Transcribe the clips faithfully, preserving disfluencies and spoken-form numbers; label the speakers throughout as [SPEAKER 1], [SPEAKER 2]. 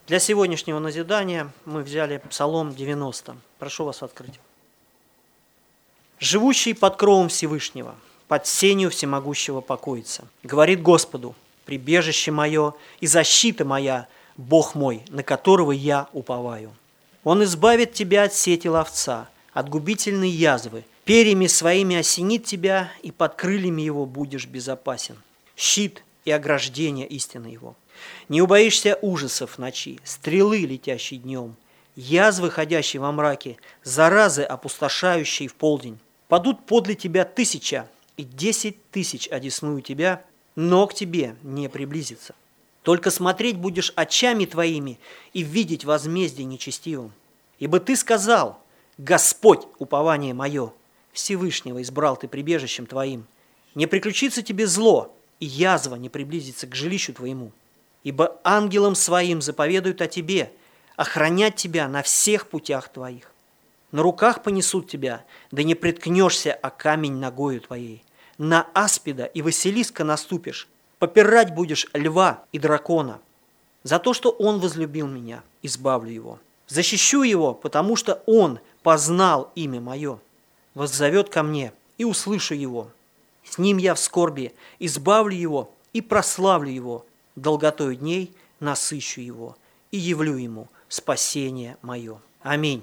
[SPEAKER 1] Для сегодняшнего назидания мы взяли Псалом девяносто. Прошу вас открыть. «Живущий под кровом Всевышнего, под сенью всемогущего покоится. Говорит Господу: прибежище мое и защита моя, Бог мой, на которого я уповаю. Он избавит тебя от сети ловца, от губительной язвы, перьями своими осенит тебя, и под крыльями его будешь безопасен. Щит и ограждение истины его. Не убоишься ужасов ночи, стрелы, летящей днем, язвы, ходящей во мраке, заразы, опустошающей в полдень. Падут подле тебя тысяча, и десять тысяч одесную тебя, но к тебе не приблизится. Только смотреть будешь очами твоими и видеть возмездие нечестивым. Ибо ты сказал: Господь, упование мое, Всевышнего избрал ты прибежищем твоим. Не приключится тебе зло, и язва не приблизится к жилищу твоему. Ибо ангелам своим заповедуют о тебе, охранять тебя на всех путях твоих. На руках понесут тебя, да не приткнешься о камень ногою твоей. На аспида и василиска наступишь, попирать будешь льва и дракона. За то, что он возлюбил меня, избавлю его. Защищу его, потому что он познал имя мое. Воззовет ко мне, и услышу его. С ним я в скорби, избавлю его и прославлю его. Долготою дней насыщу его и явлю ему спасение мое. Аминь.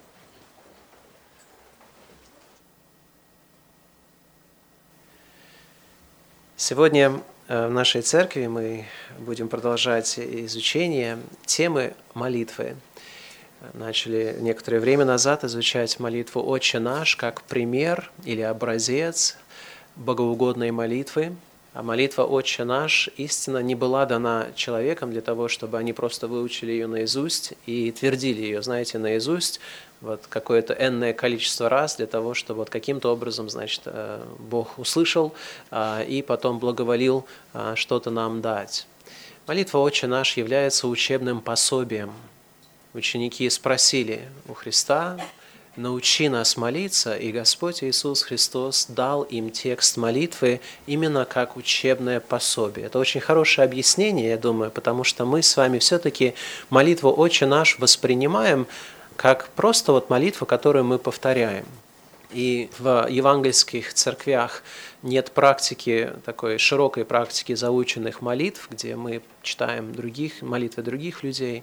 [SPEAKER 2] Сегодня в нашей церкви мы будем продолжать изучение темы молитвы. Начали некоторое время назад изучать молитву «Отче наш» как пример или образец богоугодной молитвы. А молитва «Отче наш» истинно не была дана человеком для того, чтобы они просто выучили ее наизусть и твердили ее, знаете, наизусть вот какое-то энное количество раз для того, чтобы вот каким-то образом, значит, Бог услышал и потом благоволил что-то нам дать. Молитва «Отче наш» является учебным пособием. Ученики спросили у Христа: «Научи нас молиться», и Господь Иисус Христос дал им текст молитвы именно как учебное пособие. Это очень хорошее объяснение, я думаю, потому что мы с вами все-таки молитву «Отче наш» воспринимаем как просто вот молитву, которую мы повторяем. И в евангельских церквях нет практики, такой широкой практики заученных молитв, где мы читаем других, молитвы других людей.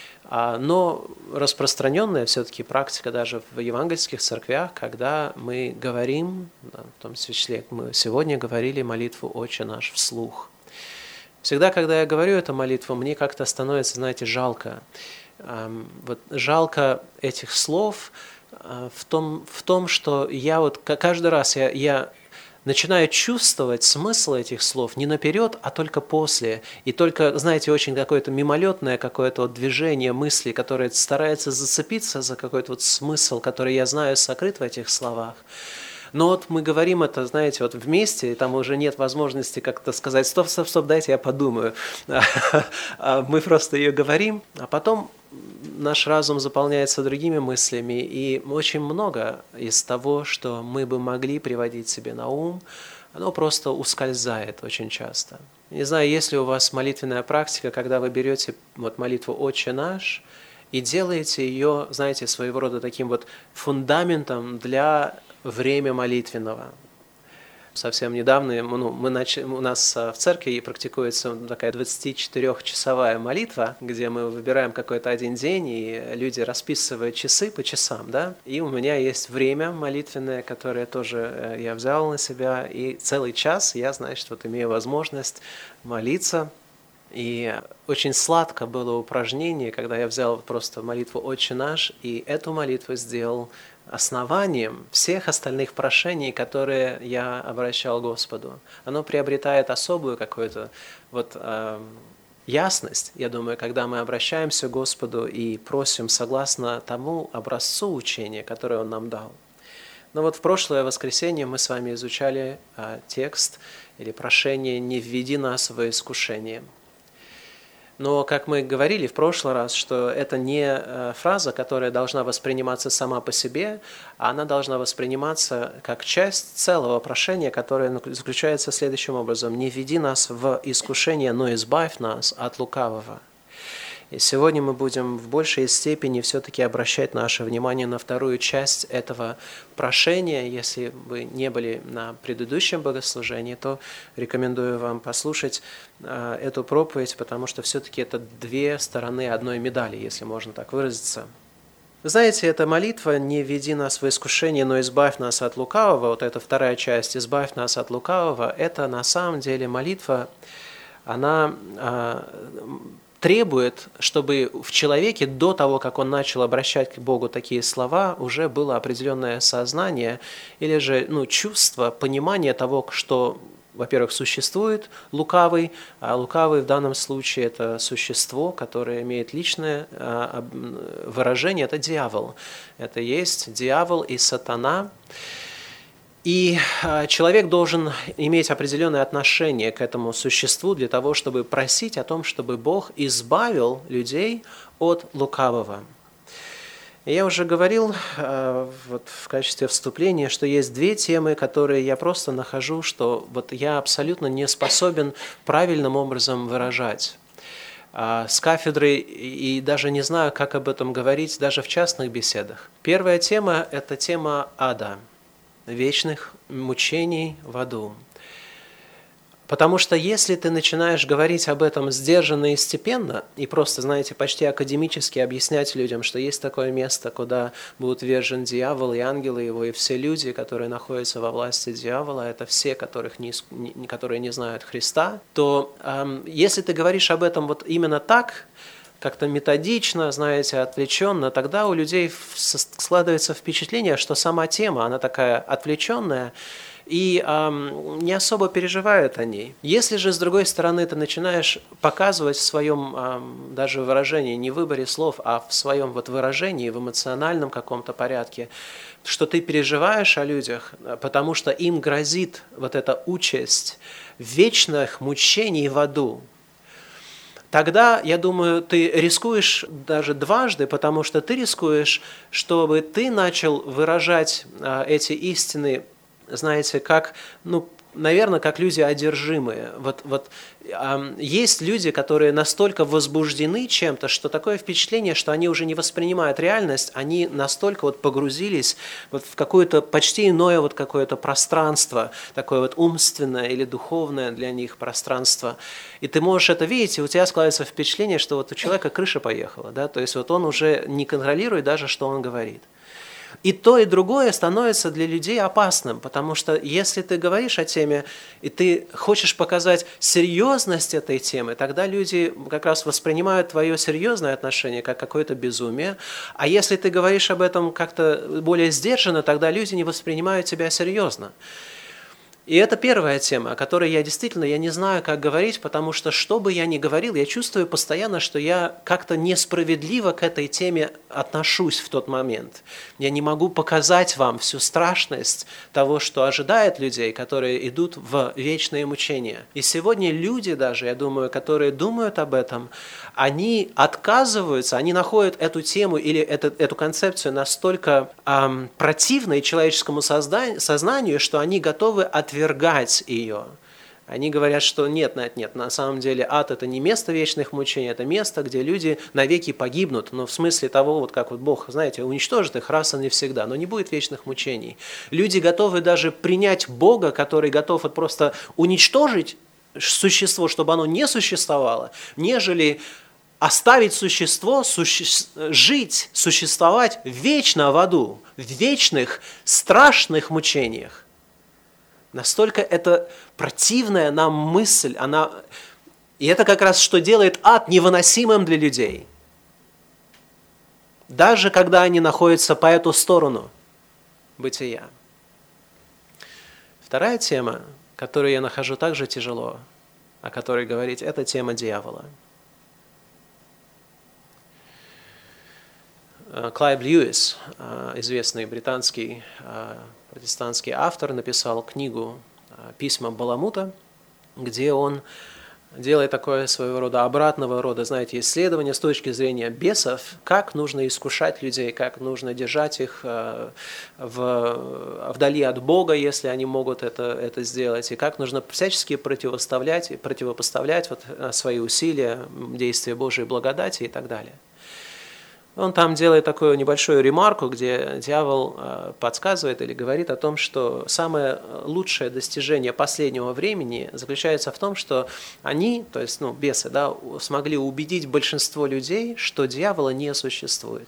[SPEAKER 2] Но распространенная все-таки практика даже в евангельских церквях, когда мы говорим, в том числе мы сегодня говорили молитву «Отче наш» вслух. Всегда, когда я говорю эту молитву, мне как-то становится, знаете, жалко. Вот жалко этих слов в том, в том, что я вот каждый раз я, я начинаю чувствовать смысл этих слов не наперед, а только после. И только, знаете, очень какое-то мимолетное какое-то вот движение мысли, которое старается зацепиться за какой-то вот смысл, который я знаю сокрыт в этих словах. Но вот мы говорим это, знаете, вот вместе, и там уже нет возможности как-то сказать: стоп, стоп, стоп, дайте я подумаю. Мы просто ее говорим, а потом наш разум заполняется другими мыслями, и очень много из того, что мы бы могли приводить себе на ум, оно просто ускользает очень часто. Не знаю, есть ли у вас молитвенная практика, когда вы берете вот молитву «Отче наш» и делаете ее, знаете, своего рода таким вот фундаментом для время молитвенного. Совсем недавно ну, мы начали, у нас в церкви практикуется такая двадцатичетырёхчасовая молитва, где мы выбираем какой-то один день, и люди расписывают часы по часам. Да? И у меня есть время молитвенное, которое тоже я взял на себя, и целый час я, значит, вот имею возможность молиться. И очень сладко было упражнение, когда я взял просто молитву «Отче наш», и эту молитву сделал основанием всех остальных прошений, которые я обращал Господу. Оно приобретает особую какую-то вот, э, ясность, я думаю, когда мы обращаемся к Господу и просим согласно тому образцу учения, которое Он нам дал. Но вот в прошлое воскресенье мы с вами изучали э, текст или прошение «Не введи нас во искушение». Но, как мы говорили в прошлый раз, что это не фраза, которая должна восприниматься сама по себе, а она должна восприниматься как часть целого прошения, которое заключается следующим образом: «Не введи нас в искушение, но избавь нас от лукавого». И сегодня мы будем в большей степени все-таки обращать наше внимание на вторую часть этого прошения. Если вы не были на предыдущем богослужении, то рекомендую вам послушать эту проповедь, потому что все-таки это две стороны одной медали, если можно так выразиться. Вы знаете, эта молитва «Не веди нас в искушение, но избавь нас от лукавого», вот эта вторая часть «Избавь нас от лукавого», это на самом деле молитва, она э, требует, чтобы в человеке до того, как он начал обращать к Богу такие слова, уже было определенное сознание или же ну, чувство, понимание того, что, во-первых, существует лукавый, а лукавый в данном случае это существо, которое имеет личное выражение, это дьявол. Это есть дьявол и сатана. И человек должен иметь определенное отношение к этому существу для того, чтобы просить о том, чтобы Бог избавил людей от лукавого. Я уже говорил вот, в качестве вступления, что есть две темы, которые я просто нахожу, что вот я абсолютно не способен правильным образом выражать с кафедры и даже не знаю, как об этом говорить даже в частных беседах. Первая тема – это тема ада, вечных мучений в аду. Потому что если ты начинаешь говорить об этом сдержанно и степенно, и просто, знаете, почти академически объяснять людям, что есть такое место, куда будут ввержен дьявол и ангелы его, и все люди, которые находятся во власти дьявола, это все, которых не, которые не знают Христа, то эм, если ты говоришь об этом вот именно так, как-то методично, знаете, отвлеченно, тогда у людей складывается впечатление, что сама тема, она такая отвлеченная, и эм, не особо переживают о ней. Если же, с другой стороны, ты начинаешь показывать в своем эм, даже выражении, не в выборе слов, а в своем вот выражении, в эмоциональном каком-то порядке, что ты переживаешь о людях, потому что им грозит вот эта участь вечных мучений в аду, тогда, я думаю, ты рискуешь даже дважды, потому что ты рискуешь, чтобы ты начал выражать э, эти истины, знаете, как, ну, наверное, как люди одержимые. Вот, вот э, есть люди, которые настолько возбуждены чем-то, что такое впечатление, что они уже не воспринимают реальность, они настолько вот погрузились вот в какое-то почти иное вот какое-то пространство, такое вот умственное или духовное для них пространство. И ты можешь это видеть, и у тебя складывается впечатление, что вот у человека крыша поехала, да, то есть вот он уже не контролирует даже, что он говорит. И то, и другое становится для людей опасным, потому что если ты говоришь о теме, и ты хочешь показать серьезность этой темы, тогда люди как раз воспринимают твое серьезное отношение как какое-то безумие, а если ты говоришь об этом как-то более сдержанно, тогда люди не воспринимают тебя серьезно. И это первая тема, о которой я действительно я не знаю, как говорить, потому что, что бы я ни говорил, я чувствую постоянно, что я как-то несправедливо к этой теме отношусь в тот момент. Я не могу показать вам всю страшность того, что ожидает людей, которые идут в вечные мучения. И сегодня люди даже, я думаю, которые думают об этом, они отказываются, они находят эту тему или эту, эту концепцию настолько эм, противной человеческому созданию, сознанию, что они готовы отвергать ее. Они говорят, что нет, нет, нет, на самом деле ад – это не место вечных мучений, это место, где люди навеки погибнут. Но в смысле того, вот как вот Бог, знаете, уничтожит их раз и навсегда, но не будет вечных мучений. Люди готовы даже принять Бога, который готов вот просто уничтожить существо, чтобы оно не существовало, нежели оставить существо, суще... жить, существовать вечно в аду, в вечных, страшных мучениях. Настолько это противная нам мысль, она... и это как раз что делает ад невыносимым для людей. Даже когда они находятся по эту сторону бытия. Вторая тема, которую я нахожу также тяжело, о которой говорить, это тема дьявола. Клайв Льюис, известный британский протестантский автор, написал книгу «Письма Баламута», где он делает такое своего рода обратного рода, знаете, исследование с точки зрения бесов, как нужно искушать людей, как нужно держать их в, вдали от Бога, если они могут это, это сделать, и как нужно всячески противоставлять и противопоставлять вот свои усилия, действия Божьей благодати и так далее. Он там делает такую небольшую ремарку, где дьявол подсказывает или говорит о том, что самое лучшее достижение последнего времени заключается в том, что они, то есть ну, бесы, да, смогли убедить большинство людей, что дьявола не существует.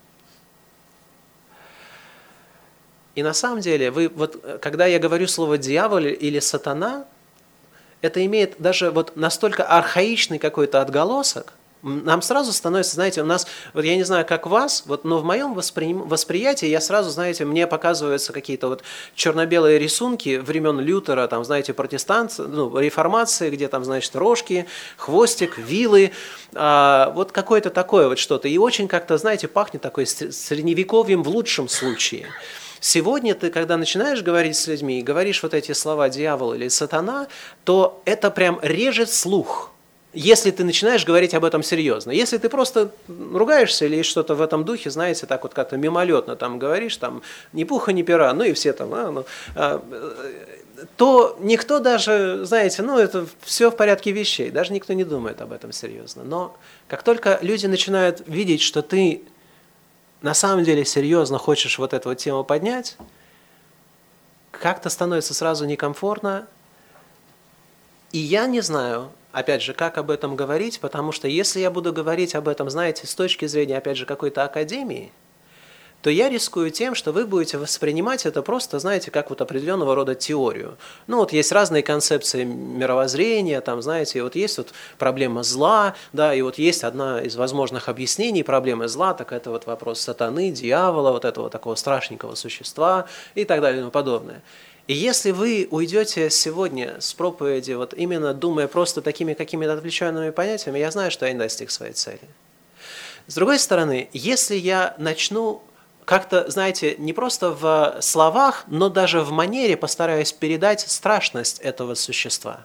[SPEAKER 2] И на самом деле, вы, вот, когда я говорю слово «дьявол» или «сатана», это имеет даже вот настолько архаичный какой-то отголосок, нам сразу становится, знаете, у нас, вот я не знаю, как вас, вот, но в моем воспри... восприятии я сразу, знаете, мне показываются какие-то вот черно-белые рисунки времен Лютера, там, знаете, протестант, ну, реформации, где там, значит, рожки, хвостик, вилы, а, вот какое-то такое вот что-то. И очень как-то, знаете, пахнет такой средневековьем в лучшем случае. Сегодня ты, когда начинаешь говорить с людьми и говоришь вот эти слова «дьявол» или «сатана», то это прям режет слух. Если ты начинаешь говорить об этом серьезно. Если ты просто ругаешься или что-то в этом духе, знаете, так вот как-то мимолетно там говоришь, там ни пуха, ни пера, ну и все там, а, ну, а, то никто даже, знаете, ну это все в порядке вещей, даже никто не думает об этом серьезно. Но как только люди начинают видеть, что ты на самом деле серьезно хочешь вот эту вот тему поднять, как-то становится сразу некомфортно. И я не знаю, опять же, как об этом говорить, потому что если я буду говорить об этом, знаете, с точки зрения, опять же, какой-то академии, то я рискую тем, что вы будете воспринимать это просто, знаете, как вот определенного рода теорию. Ну вот есть разные концепции мировоззрения, там, знаете, вот есть вот проблема зла, да, и вот есть одна из возможных объяснений проблемы зла, так это вот вопрос сатаны, дьявола, вот этого такого страшненького существа и так далее и тому подобное. И если вы уйдете сегодня с проповеди, вот именно думая просто такими какими-то отвлеченными понятиями, я знаю, что я не достиг своей цели. С другой стороны, если я начну как-то, знаете, не просто в словах, но даже в манере постараюсь передать страшность этого существа,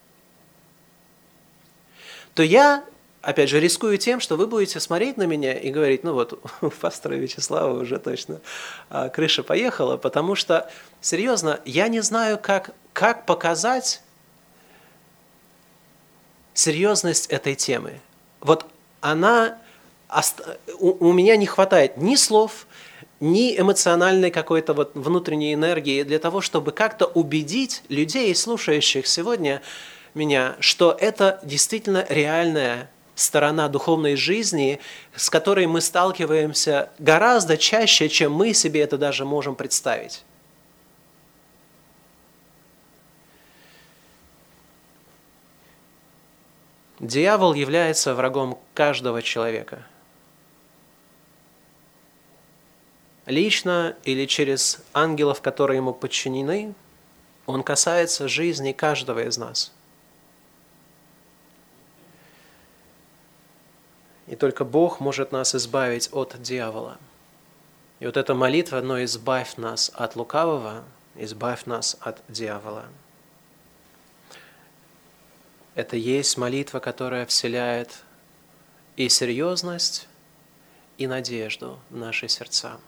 [SPEAKER 2] то я, опять же, рискую тем, что вы будете смотреть на меня и говорить, ну вот, у пастора Вячеслава уже точно а, крыша поехала, потому что, серьезно, я не знаю, как, как показать серьезность этой темы. Вот она, у, у меня не хватает ни слов, ни эмоциональной какой-то вот внутренней энергии для того, чтобы как-то убедить людей, слушающих сегодня меня, что это действительно реальная сторона духовной жизни, с которой мы сталкиваемся гораздо чаще, чем мы себе это даже можем представить. Дьявол является врагом каждого человека. Лично или через ангелов, которые ему подчинены, он касается жизни каждого из нас. И только Бог может нас избавить от дьявола. И вот эта молитва, но избавь нас от лукавого, избавь нас от дьявола. Это есть молитва, которая вселяет и серьезность, и надежду в наши сердца.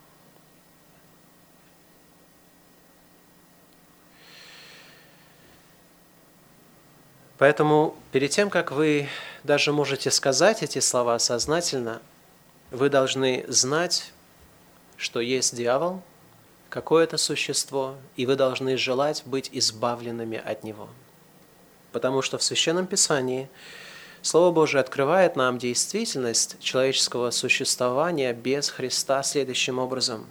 [SPEAKER 2] Поэтому перед тем, как вы даже можете сказать эти слова сознательно, вы должны знать, что есть дьявол, какое-то существо, и вы должны желать быть избавленными от него. Потому что в Священном Писании Слово Божие открывает нам действительность человеческого существования без Христа следующим образом.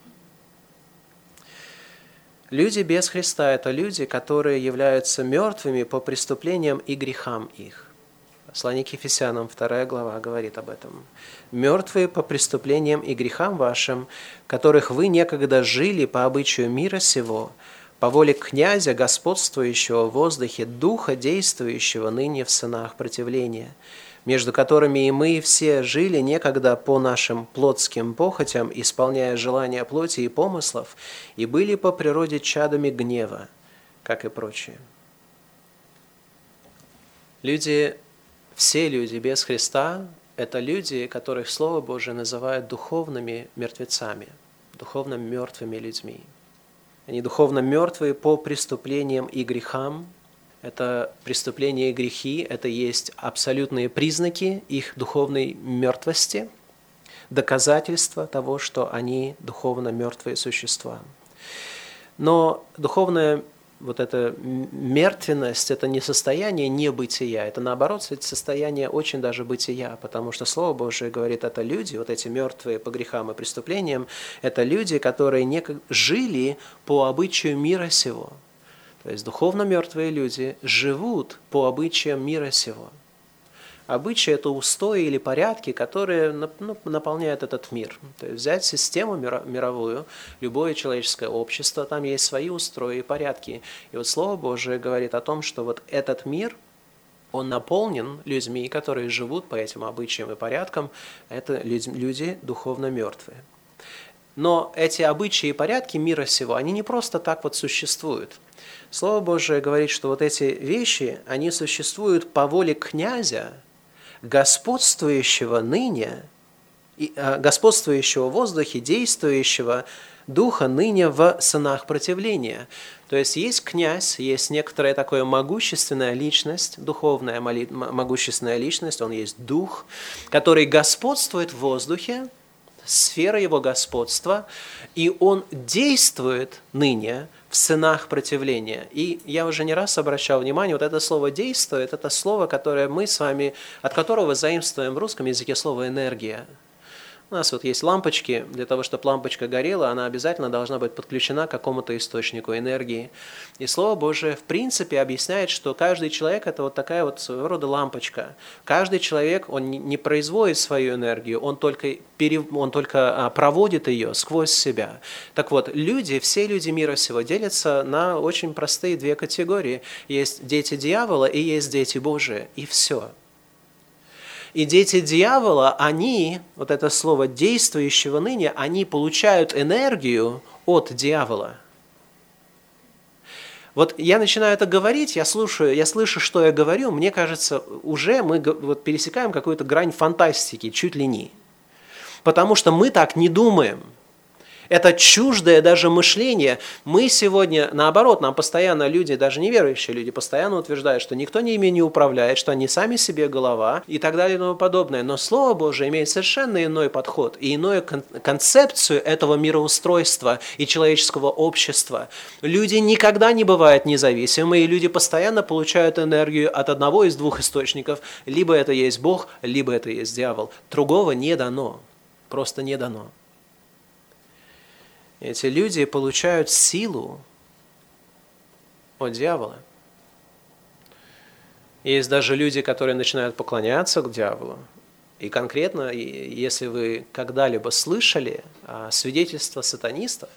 [SPEAKER 2] Люди без Христа – это люди, которые являются мертвыми по преступлениям и грехам их. Послание к Ефесянам, вторая глава, говорит об этом. «Мертвые по преступлениям и грехам вашим, которых вы некогда жили по обычаю мира сего, по воле князя, господствующего в воздухе, духа, действующего ныне в сынах противления, между которыми и мы все жили некогда по нашим плотским похотям, исполняя желания плоти и помыслов, и были по природе чадами гнева, как и прочее». Люди, все люди без Христа – это люди, которых Слово Божие называет духовными мертвецами, духовно мертвыми людьми. Они духовно мертвые по преступлениям и грехам. Это преступления и грехи, это есть абсолютные признаки их духовной мертвости, доказательства того, что они духовно мертвые существа. Но духовная вот эта мертвенность – это не состояние небытия, это наоборот состояние очень даже бытия, потому что Слово Божие говорит, это люди, вот эти мертвые по грехам и преступлениям, это люди, которые не жили по обычаю мира сего. То есть духовно мертвые люди живут по обычаям мира сего. Обычаи – это устои или порядки, которые ну, наполняют этот мир. То есть взять систему мировую, любое человеческое общество, там есть свои устои и порядки. И вот Слово Божие говорит о том, что вот этот мир, он наполнен людьми, которые живут по этим обычаям и порядкам. Это люди духовно мертвые. Но эти обычаи и порядки мира сего, они не просто так вот существуют. Слово Божие говорит, что вот эти вещи, они существуют по воле князя, господствующего ныне, господствующего в воздухе, действующего духа ныне в сынах противления. То есть есть князь, есть некоторая такая могущественная личность, духовная могущественная личность, он есть дух, который господствует в воздухе, сфера его господства, и он действует ныне в сынах противления. И я уже не раз обращал внимание, вот это слово «действует» – это слово, которое мы с вами, от которого заимствуем в русском языке слово «энергия». У нас вот есть лампочки, для того, чтобы лампочка горела, она обязательно должна быть подключена к какому-то источнику энергии. И Слово Божие в принципе объясняет, что каждый человек – это вот такая вот своего рода лампочка. Каждый человек, он не производит свою энергию, он только, пере, он только проводит ее сквозь себя. Так вот, люди, все люди мира сего делятся на очень простые две категории. Есть дети дьявола и есть дети Божии, и все. И дети дьявола, они, вот это слово «действующего ныне», они получают энергию от дьявола. Вот я начинаю это говорить, я слушаю, я слышу, что я говорю, мне кажется, уже мы вот пересекаем какую-то грань фантастики, чуть ли не. Потому что мы так не думаем. Это чуждое даже мышление. Мы сегодня, наоборот, нам постоянно люди, даже неверующие люди, постоянно утверждают, что никто ими не управляет, что они сами себе голова и так далее и тому подобное. Но Слово Божие имеет совершенно иной подход и иную концепцию этого мироустройства и человеческого общества. Люди никогда не бывают независимы, и люди постоянно получают энергию от одного из двух источников. Либо это есть Бог, либо это есть дьявол. Другого не дано. Просто не дано. Эти люди получают силу от дьявола. Есть даже люди, которые начинают поклоняться к дьяволу. И конкретно, если вы когда-либо слышали свидетельства сатанистов,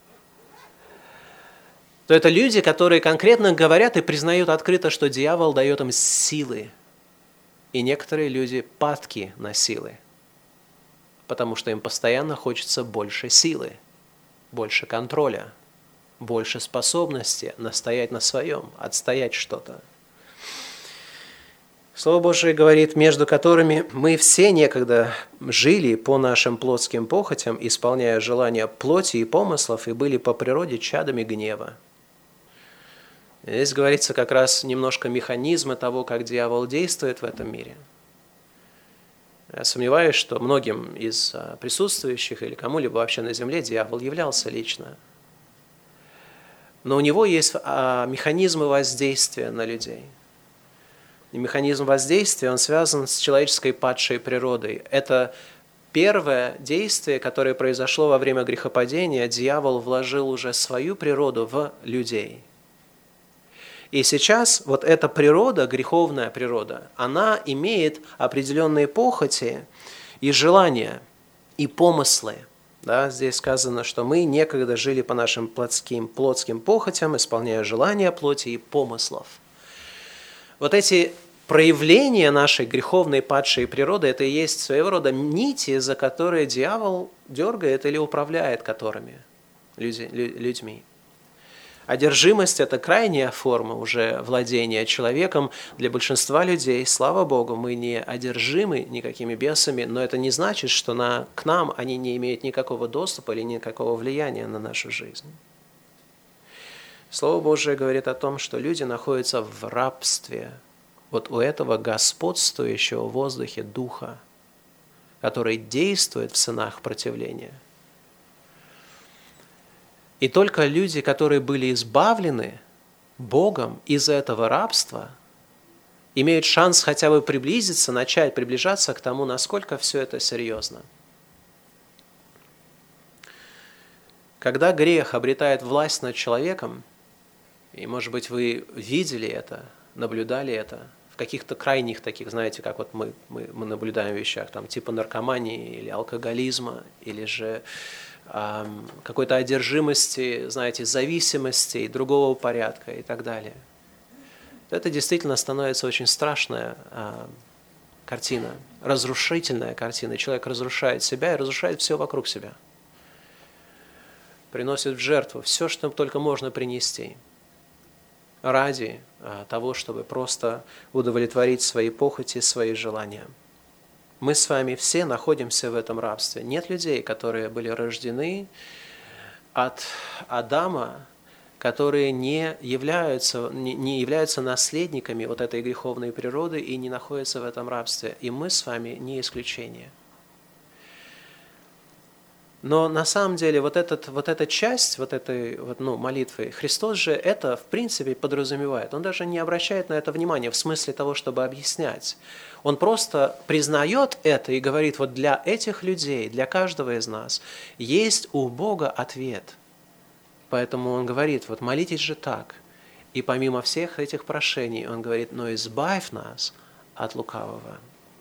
[SPEAKER 2] то это люди, которые конкретно говорят и признают открыто, что дьявол дает им силы. И некоторые люди падки на силы, потому что им постоянно хочется больше силы, больше контроля, больше способности настоять на своем, отстоять что-то. Слово Божие говорит, между которыми мы все некогда жили по нашим плотским похотям, исполняя желания плоти и помыслов, и были по природе чадами гнева. Здесь говорится как раз немножко механизмы того, как дьявол действует в этом мире. Я сомневаюсь, что многим из присутствующих или кому-либо вообще на земле дьявол являлся лично. Но у него есть механизмы воздействия на людей. И механизм воздействия, он связан с человеческой падшей природой. Это первое действие, которое произошло во время грехопадения. Дьявол вложил уже свою природу в людей. И сейчас вот эта природа, греховная природа, она имеет определенные похоти и желания, и помыслы. Да, здесь сказано, что мы некогда жили по нашим плотским, плотским похотям, исполняя желания плоти и помыслов. Вот эти проявления нашей греховной падшей природы, это и есть своего рода нити, за которые дьявол дергает или управляет которыми людьми. Одержимость – это крайняя форма уже владения человеком. Для большинства людей, слава Богу, мы не одержимы никакими бесами, но это не значит, что на, к нам они не имеют никакого доступа или никакого влияния на нашу жизнь. Слово Божие говорит о том, что люди находятся в рабстве вот у этого господствующего в воздухе духа, который действует в сынах противления. И только люди, которые были избавлены Богом из этого рабства, имеют шанс хотя бы приблизиться, начать приближаться к тому, насколько все это серьезно. Когда грех обретает власть над человеком, и, может быть, вы видели это, наблюдали это, в каких-то крайних таких, знаете, как вот мы, мы, мы наблюдаем в вещах, там, типа наркомании или алкоголизма, или же эм, какой-то одержимости, знаете, зависимости и другого порядка и так далее. Это действительно становится очень страшная э, картина, разрушительная картина. Человек разрушает себя и разрушает все вокруг себя. Приносит в жертву все, что только можно принести, ради того, чтобы просто удовлетворить свои похоти, свои желания. Мы с вами все находимся в этом рабстве. Нет людей, которые были рождены от Адама, которые не являются, не являются наследниками вот этой греховной природы и не находятся в этом рабстве. И мы с вами не исключение. Но на самом деле вот, этот, вот эта часть вот этой вот, ну, молитвы, Христос же это в принципе подразумевает. Он даже не обращает на это внимания в смысле того, чтобы объяснять. Он просто признает это и говорит, вот для этих людей, для каждого из нас есть у Бога ответ. Поэтому он говорит, вот молитесь же так. И помимо всех этих прошений, он говорит, но избавь нас от лукавого.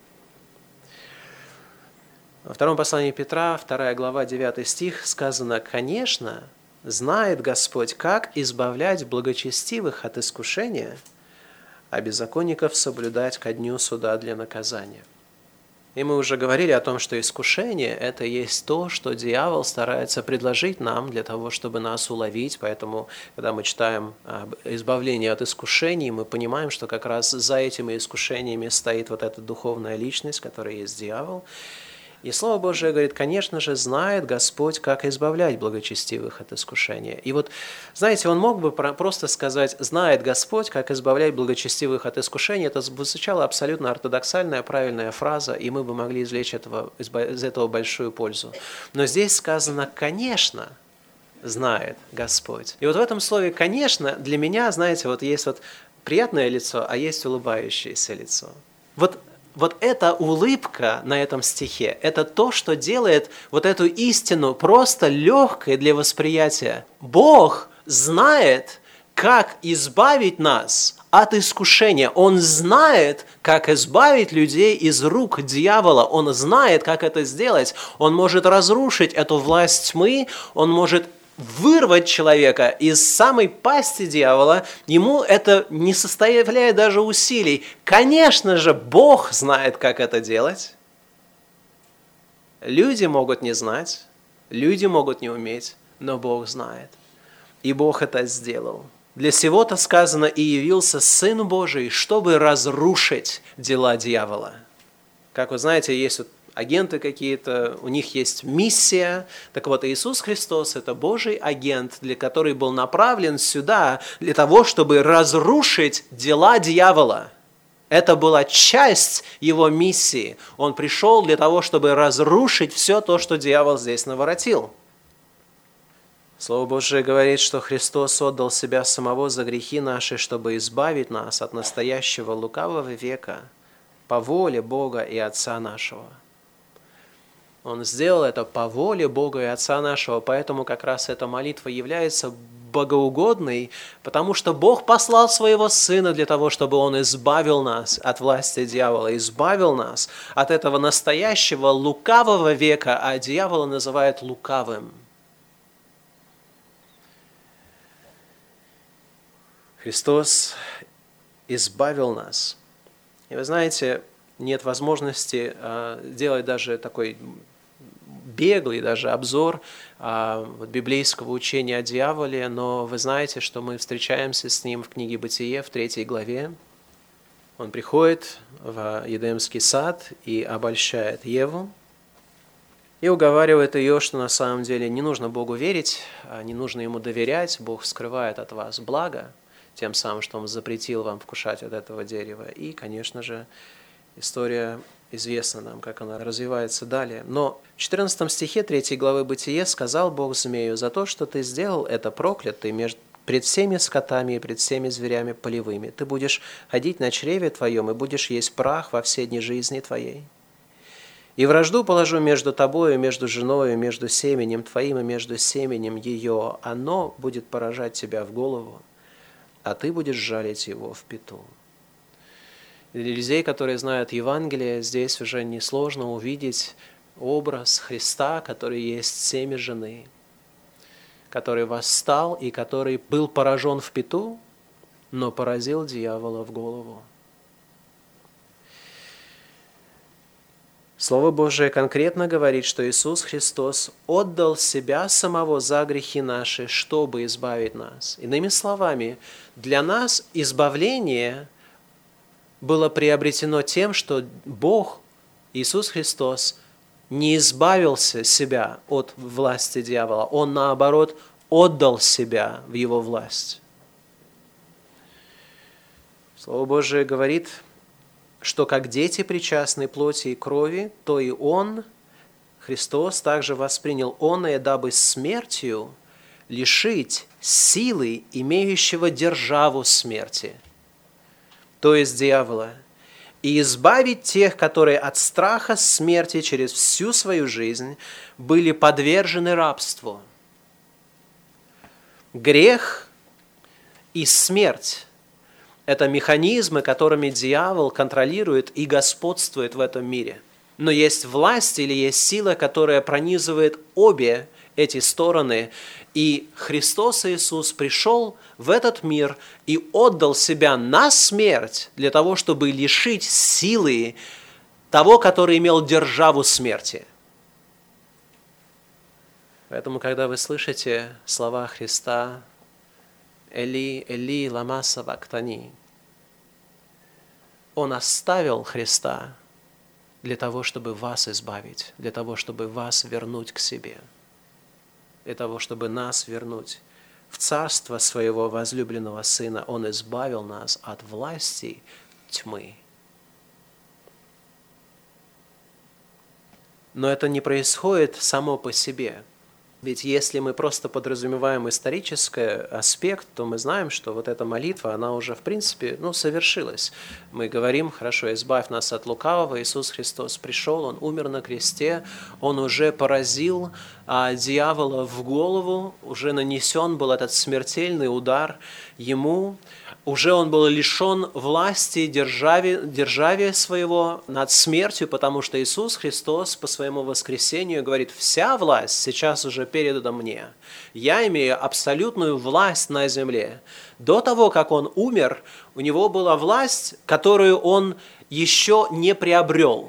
[SPEAKER 2] Во втором послании Петра, вторая глава, девятый стих, сказано, «Конечно, знает Господь, как избавлять благочестивых от искушения, а беззаконников соблюдать ко дню суда для наказания». И мы уже говорили о том, что искушение – это есть то, что дьявол старается предложить нам для того, чтобы нас уловить. Поэтому, когда мы читаем об избавлении от искушений, мы понимаем, что как раз за этими искушениями стоит вот эта духовная личность, которая есть дьявол. И Слово Божие говорит, конечно же, знает Господь, как избавлять благочестивых от искушения. И вот, знаете, он мог бы просто сказать, знает Господь, как избавлять благочестивых от искушения. Это звучала абсолютно ортодоксальная, правильная фраза, и мы бы могли извлечь этого, из этого большую пользу. Но здесь сказано, конечно, знает Господь. И вот в этом слове «конечно» для меня, знаете, вот есть вот приятное лицо, а есть улыбающееся лицо. Вот Вот эта улыбка на этом стихе, это то, что делает вот эту истину просто легкой для восприятия. Бог знает, как избавить нас от искушения. Он знает, как избавить людей из рук дьявола. Он знает, как это сделать. Он может разрушить эту власть тьмы, он может вырвать человека из самой пасти дьявола, ему это не составляет даже усилий. Конечно же, Бог знает, как это делать. Люди могут не знать, люди могут не уметь, но Бог знает. И Бог это сделал. Для сего-то сказано, и явился Сын Божий, чтобы разрушить дела дьявола. Как вы знаете, есть вот агенты какие-то, у них есть миссия. Так вот, Иисус Христос – это Божий агент, для который был направлен сюда для того, чтобы разрушить дела дьявола. Это была часть его миссии. Он пришел для того, чтобы разрушить все то, что дьявол здесь наворотил. Слово Божие говорит, что Христос отдал себя самого за грехи наши, чтобы избавить нас от настоящего лукавого века по воле Бога и Отца нашего. Он сделал это по воле Бога и Отца нашего, поэтому как раз эта молитва является богоугодной, потому что Бог послал своего Сына для того, чтобы Он избавил нас от власти дьявола, избавил нас от этого настоящего лукавого века, а дьявола называют лукавым. Христос избавил нас. И вы знаете, нет возможности делать даже такой беглый даже обзор а, вот, библейского учения о дьяволе, но вы знаете, что мы встречаемся с ним в книге «Бытие» в третьей главе. Он приходит в Едемский сад и обольщает Еву, и уговаривает ее, что на самом деле не нужно Богу верить, не нужно Ему доверять, Бог скрывает от вас благо, тем самым, что Он запретил вам вкушать от этого дерева. И, конечно же, история известна нам, как она развивается далее. Но в четырнадцатом стихе третьей главы Бытие сказал Бог змею: «За то, что ты сделал это, проклят ты между пред всеми скотами и пред всеми зверями полевыми. Ты будешь ходить на чреве твоем и будешь есть прах во все дни жизни твоей. И вражду положу между тобою, между женою, между семенем твоим и между семенем ее. Оно будет поражать тебя в голову, а ты будешь жалить его в пяту». Для людей, которые знают Евангелие, здесь уже несложно увидеть образ Христа, который есть семя жены, который восстал и который был поражен в пяту, но поразил дьявола в голову. Слово Божие конкретно говорит, что Иисус Христос отдал Себя самого за грехи наши, чтобы избавить нас. Иными словами, для нас избавление было приобретено тем, что Бог, Иисус Христос, не избавился себя от власти дьявола, Он, наоборот, отдал себя в его власть. Слово Божие говорит, что как дети причастны плоти и крови, то и Он, Христос, также воспринял оное, дабы смертью лишить силы, имеющего державу смерти, то есть дьявола, и избавить тех, которые от страха смерти через всю свою жизнь были подвержены рабству. Грех и смерть – это механизмы, которыми дьявол контролирует и господствует в этом мире. Но есть власть или есть сила, которая пронизывает обе эти стороны. И Христос Иисус пришел в этот мир и отдал Себя на смерть для того, чтобы лишить силы того, который имел державу смерти. Поэтому, когда вы слышите слова Христа «Эли, Эли, лама савактани», Он оставил Христа для того, чтобы вас избавить, для того, чтобы вас вернуть к себе, для того, чтобы нас вернуть в царство Своего возлюбленного Сына. Он избавил нас от власти тьмы. Но это не происходит само по себе. Ведь если мы просто подразумеваем исторический аспект, то мы знаем, что вот эта молитва, она уже в принципе ну, совершилась. Мы говорим: хорошо, избавь нас от лукавого. Иисус Христос пришел, Он умер на кресте, Он уже поразил а, дьявола в голову, уже нанесен был этот смертельный удар Ему. Уже он был лишен власти, державе, державе своего над смертью, потому что Иисус Христос по своему воскресению говорит: «Вся власть сейчас уже передана мне. Я имею абсолютную власть на земле». До того, как Он умер, у Него была власть, которую Он еще не приобрел.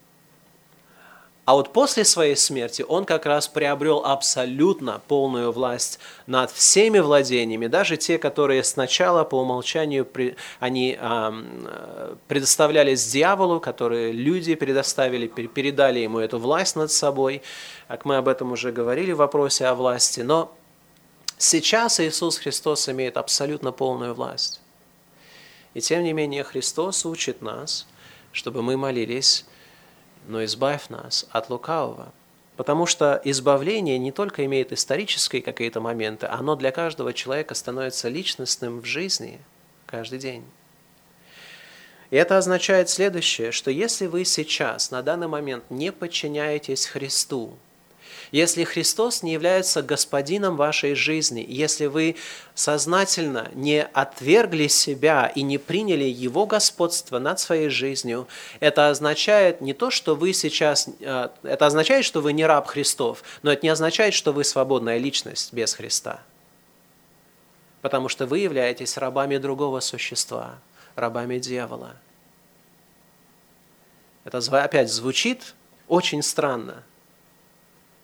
[SPEAKER 2] А вот после своей смерти Он как раз приобрел абсолютно полную власть над всеми владениями, даже те, которые сначала по умолчанию они предоставлялись дьяволу, которые люди предоставили, передали ему эту власть над собой, как мы об этом уже говорили в вопросе о власти. Но сейчас Иисус Христос имеет абсолютно полную власть. И тем не менее Христос учит нас, чтобы мы молились: «Но избавь нас от лукавого». Потому что избавление не только имеет исторические какие-то моменты, оно для каждого человека становится личностным в жизни каждый день. И это означает следующее, что если вы сейчас, на данный момент, не подчиняетесь Христу, если Христос не является господином вашей жизни, если вы сознательно не отвергли себя и не приняли Его господство над своей жизнью, это означает не то, что вы сейчас, это означает, что вы не раб Христов, но это не означает, что вы свободная личность без Христа. Потому что вы являетесь рабами другого существа, рабами дьявола. Это опять звучит очень странно.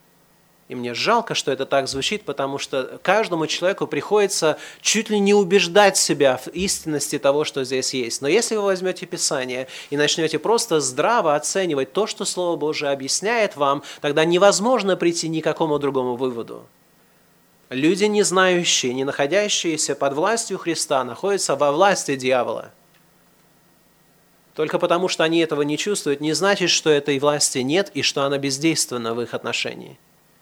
[SPEAKER 2] И мне жалко, что это так звучит, потому что каждому человеку приходится чуть ли не убеждать себя в истинности того, что здесь есть. Но если вы возьмете Писание и начнете просто здраво оценивать то, что Слово Божие объясняет вам, тогда невозможно прийти ни к какому другому выводу. Люди, не знающие, не находящиеся под властью Христа, находятся во власти дьявола. Только потому, что они этого не чувствуют, не значит, что этой власти нет и что она бездейственна в их отношении.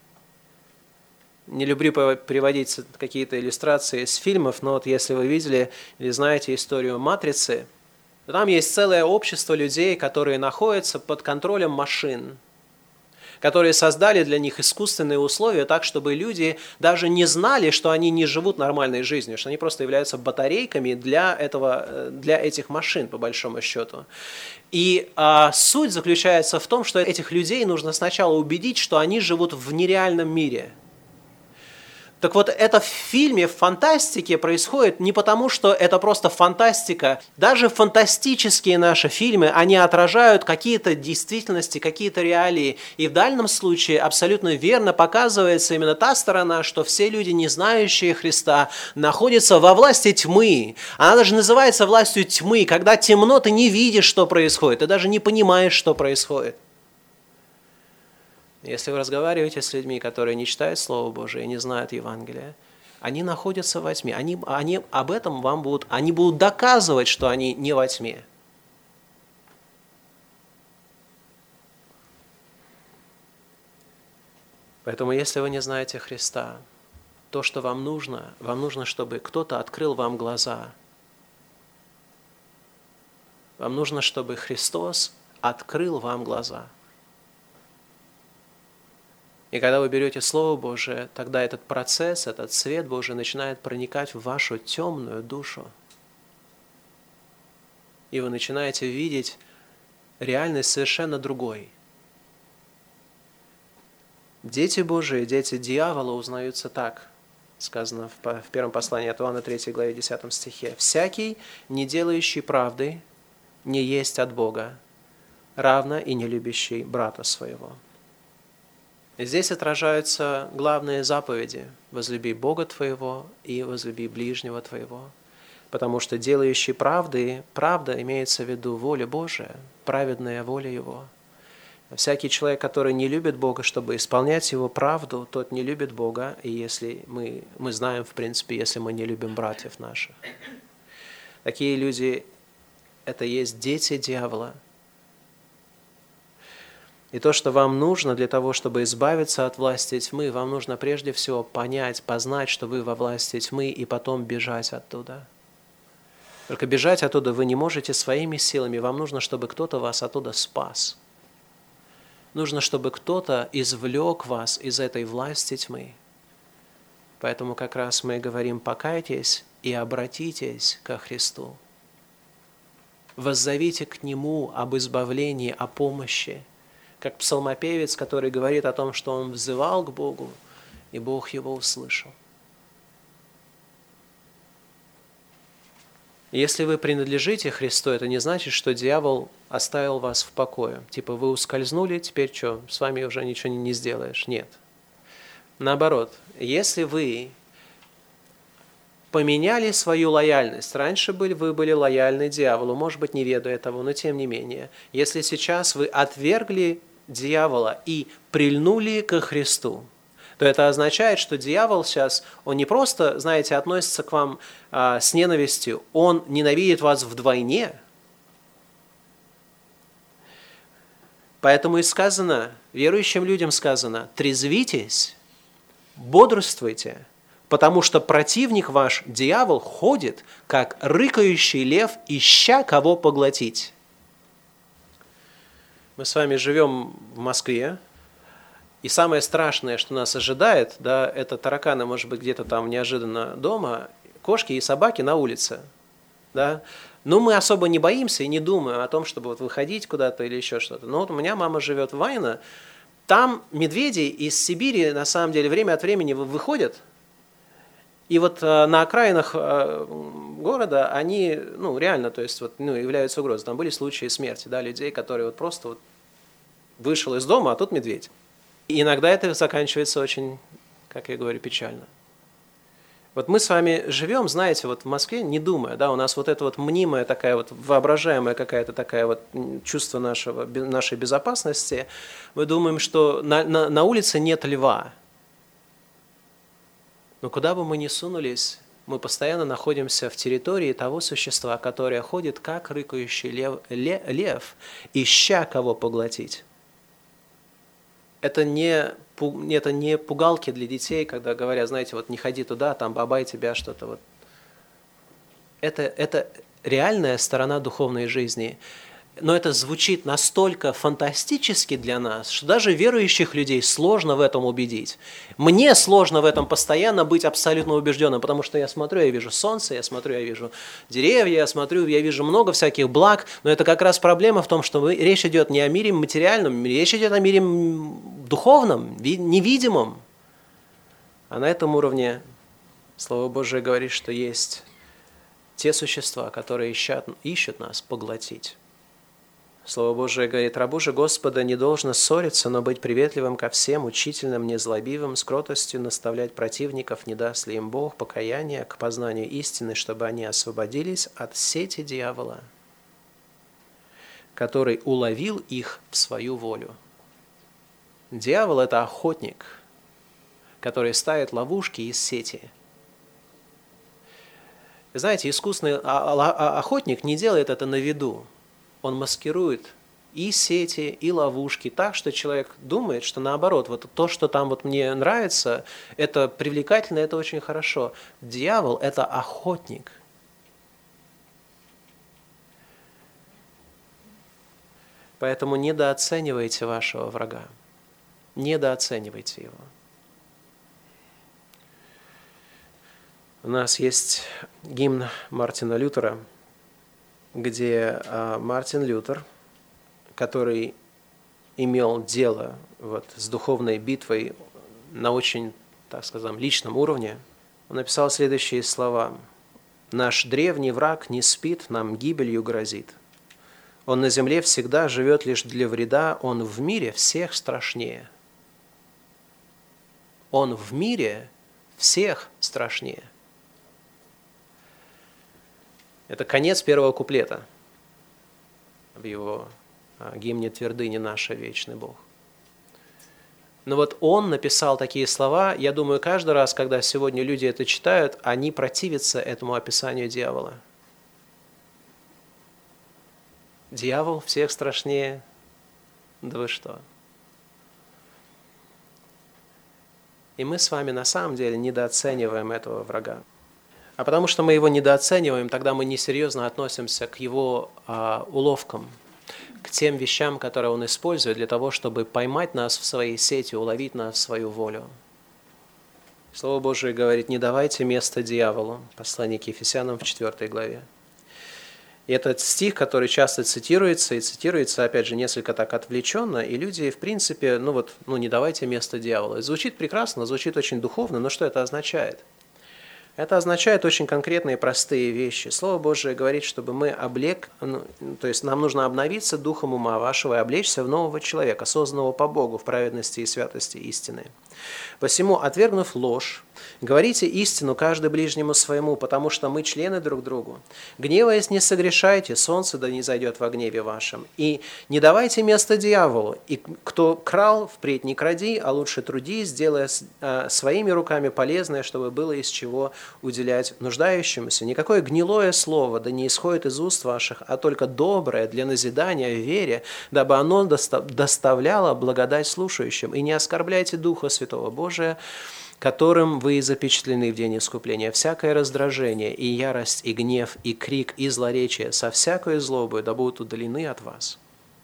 [SPEAKER 2] Не люблю приводить какие-то иллюстрации из фильмов, но вот если вы видели или знаете историю «Матрицы», то там есть целое общество людей, которые находятся под контролем машин, которые создали для них искусственные условия так, чтобы люди даже не знали, что они не живут нормальной жизнью, что они просто являются батарейками для, этого, для этих машин, по большому счету. И а, суть заключается в том, что этих людей нужно сначала убедить, что они живут в нереальном мире. Так вот, это в фильме, в фантастике происходит не потому, что это просто фантастика. Даже фантастические наши фильмы, они отражают какие-то действительности, какие-то реалии. И в данном случае абсолютно верно показывается именно та сторона, что все люди, не знающие Христа, находятся во власти тьмы. Она даже называется властью тьмы, когда темно, ты не видишь, что происходит, ты даже не понимаешь, что происходит. Если вы разговариваете с людьми, которые не читают Слово Божие и не знают Евангелия, они находятся во тьме. Они, они об этом вам будут, они будут доказывать, что они не во тьме. Поэтому, если вы не знаете Христа, то, что вам нужно, вам нужно, чтобы кто-то открыл вам глаза. Вам нужно, чтобы Христос открыл вам глаза. И когда вы берете Слово Божие, тогда этот процесс, этот свет Божий начинает проникать в вашу темную душу. И вы начинаете видеть реальность совершенно другой. Дети Божии, дети дьявола узнаются так, сказано в первом послании от Иоанна третьей главе десятом стихе. «Всякий, не делающий правды, не есть от Бога, равно и не любящий брата своего». Здесь отражаются главные заповеди: возлюби Бога твоего и возлюби ближнего твоего. Потому что делающий правды, правда имеется в виду воля Божия, праведная воля Его. Всякий человек, который не любит Бога, чтобы исполнять Его правду, тот не любит Бога, и если мы, мы знаем, в принципе, если мы не любим братьев наших. Такие люди – это есть дети дьявола. И то, что вам нужно для того, чтобы избавиться от власти тьмы, вам нужно прежде всего понять, познать, что вы во власти тьмы, и потом бежать оттуда. Только бежать оттуда вы не можете своими силами, вам нужно, чтобы кто-то вас оттуда спас. Нужно, чтобы кто-то извлек вас из этой власти тьмы. Поэтому как раз мы говорим: покайтесь и обратитесь ко Христу. Воззовите к Нему об избавлении, о помощи. Как псалмопевец, который говорит о том, что он взывал к Богу, и Бог его услышал. Если вы принадлежите Христу, это не значит, что дьявол оставил вас в покое. Типа вы ускользнули, теперь что, с вами уже ничего не сделаешь. Нет. Наоборот, если вы поменяли свою лояльность, раньше были, вы были лояльны дьяволу, может быть, не ведая того, но тем не менее, если сейчас вы отвергли дьявола и прильнули ко Христу, то это означает, что дьявол сейчас, он не просто, знаете, относится к вам а, с ненавистью, он ненавидит вас вдвойне. Поэтому и сказано, верующим людям сказано: трезвитесь, бодрствуйте, потому что противник ваш, дьявол, ходит, как рыкающий лев, ища кого поглотить. Мы с вами живем в Москве, и самое страшное, что нас ожидает, да, это тараканы, может быть, где-то там неожиданно дома, кошки и собаки на улице. Да? Но мы особо не боимся и не думаем о том, чтобы вот выходить куда-то или еще что-то. Но вот у меня мама живет в Вайно, там медведи из Сибири, на самом деле, время от времени выходят, и вот на окраинах города они, ну, реально, то есть, вот, ну, являются угрозой. Там были случаи смерти, да, людей, которые вот просто вот вышел из дома, а тут медведь. И иногда это заканчивается очень, как я говорю, печально. Вот мы с вами живем, знаете, вот в Москве, не думая, да, у нас вот это вот мнимая такая вот воображаемая какая-то такая вот чувство нашего, нашей безопасности. Мы думаем, что на, на, на улице нет льва. Но куда бы мы ни сунулись, мы постоянно находимся в территории того существа, которое ходит, как рыкающий лев, лев, ища кого поглотить. Это не, это не пугалки для детей, когда говорят, знаете, вот не ходи туда, там бабай тебя что-то. Вот. Это, это реальная сторона духовной жизни. Но это звучит настолько фантастически для нас, что даже верующих людей сложно в этом убедить. Мне сложно в этом постоянно быть абсолютно убежденным, потому что я смотрю, я вижу солнце, я смотрю, я вижу деревья, я смотрю, я вижу много всяких благ, но это как раз проблема в том, что мы, речь идет не о мире материальном, речь идет о мире духовном, невидимом. А на этом уровне Слово Божие говорит, что есть те существа, которые ищут, ищут нас поглотить. Слово Божие говорит, рабу же Господа не должно ссориться, но быть приветливым ко всем, учительным, незлобивым, с кротостью наставлять противников, не даст ли им Бог покаяние к познанию истины, чтобы они освободились от сети дьявола, который уловил их в свою волю. Дьявол – это охотник, который ставит ловушки из сети. Знаете, искусный охотник не делает это на виду. Он маскирует и сети, и ловушки так, что человек думает, что наоборот, вот то, что там вот мне нравится, это привлекательно, это очень хорошо. Дьявол – это охотник. Поэтому недооценивайте вашего врага. Недооценивайте его. У нас есть гимн Мартина Лютера, где а, Мартин Лютер, который имел дело вот, с духовной битвой на очень, так скажем, личном уровне, он написал следующие слова. «Наш древний враг не спит, нам гибелью грозит. Он на земле всегда живет лишь для вреда, он в мире всех страшнее». Он в мире всех страшнее. Это конец первого куплета в его гимне «Твердыни наша, вечный Бог». Но вот он написал такие слова, я думаю, каждый раз, когда сегодня люди это читают, они противятся этому описанию дьявола. Дьявол всех страшнее, да вы что? И мы с вами на самом деле недооцениваем этого врага. А потому что мы его недооцениваем, тогда мы несерьезно относимся к его а, уловкам, к тем вещам, которые он использует для того, чтобы поймать нас в своей сети, уловить нас в свою волю. Слово Божие говорит, не давайте место дьяволу. Послание к Ефесянам в четвёртой главе. И этот стих, который часто цитируется, и цитируется, опять же, несколько так отвлеченно, и люди, в принципе, ну вот, ну не давайте место дьяволу. Звучит прекрасно, звучит очень духовно, но что это означает? Это означает очень конкретные простые вещи. Слово Божие говорит, чтобы мы облег, ну, то есть нам нужно обновиться духом ума вашего и облечься в нового человека, созданного по Богу в праведности и святости истины. Посему, отвергнув ложь, говорите истину каждый ближнему своему, потому что мы члены друг другу. Гневаясь, не согрешайте, солнце да не зайдет во гневе вашем. И не давайте место дьяволу. И кто крал, впредь не кради, а лучше трудись, делая своими руками полезное, чтобы было из чего уделять нуждающемуся. Никакое гнилое слово да не исходит из уст ваших, а только доброе для назидания в вере, дабы оно доставляло благодать слушающим. И не оскорбляйте Духа Святого Божия, которым вы запечатлены в день искупления. Всякое раздражение, и ярость, и гнев, и крик, и злоречие со всякой злобой да будут удалены от вас.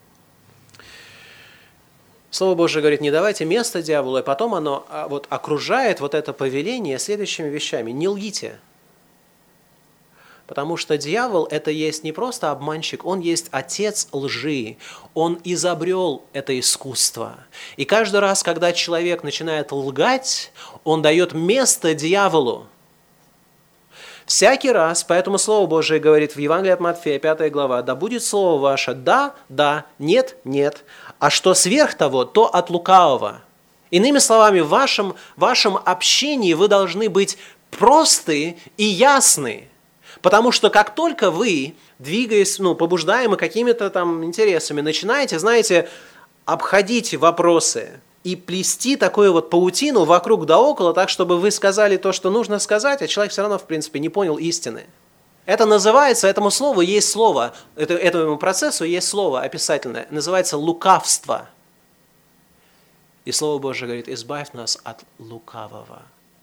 [SPEAKER 2] Слово Божие говорит, не давайте место дьяволу, и потом оно вот окружает вот это повеление следующими вещами. Не лгите. Потому что дьявол – это есть не просто обманщик, он есть отец лжи. Он изобрел это искусство. И каждый раз, когда человек начинает лгать, он дает место дьяволу. Всякий раз, поэтому Слово Божие говорит в Евангелии от Матфея, пятая глава, «Да будет слово ваше да, да, нет, нет, а что сверх того, то от лукавого». Иными словами, в вашем, в вашем общении вы должны быть просты и ясны. Потому что как только вы, двигаясь, ну, побуждаемы какими-то там интересами, начинаете, знаете, обходить вопросы и плести такую вот паутину вокруг да около, так, чтобы вы сказали то, что нужно сказать, а человек все равно, в принципе, не понял истины. Это называется, этому слову есть слово, это, этому процессу есть слово описательное, называется лукавство. И Слово Божие говорит: избавь нас от лукавого.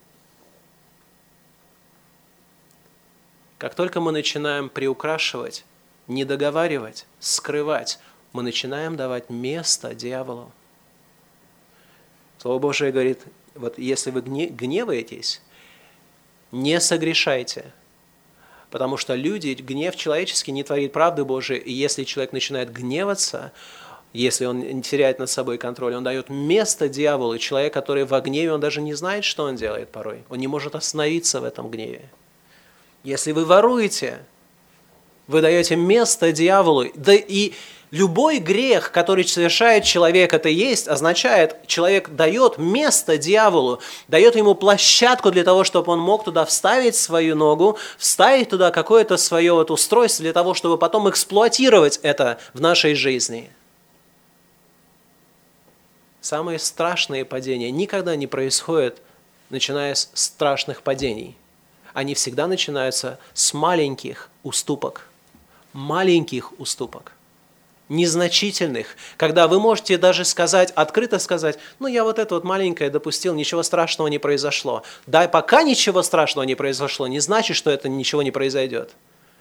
[SPEAKER 2] Как только мы начинаем приукрашивать, недоговаривать, скрывать, мы начинаем давать место дьяволу. Слово Божие говорит: вот если вы гневаетесь, не согрешайте. Потому что люди, гнев человеческий не творит правды Божией, и если человек начинает гневаться, если он не теряет над собой контроль, он дает место дьяволу, и человек, который во гневе, он даже не знает, что он делает порой. Он не может остановиться в этом гневе. Если вы воруете, вы даете место дьяволу. Да и любой грех, который совершает человек, это есть, означает, человек дает место дьяволу, дает ему площадку для того, чтобы он мог туда вставить свою ногу, вставить туда какое-то свое вот устройство для того, чтобы потом эксплуатировать это в нашей жизни. Самые страшные падения никогда не происходят, начиная с страшных падений. Они всегда начинаются с маленьких уступок. Маленьких уступок. Незначительных. Когда вы можете даже сказать, открыто сказать: ну я вот это вот маленькое допустил, ничего страшного не произошло. Да, пока ничего страшного не произошло, не значит, что это ничего не произойдет.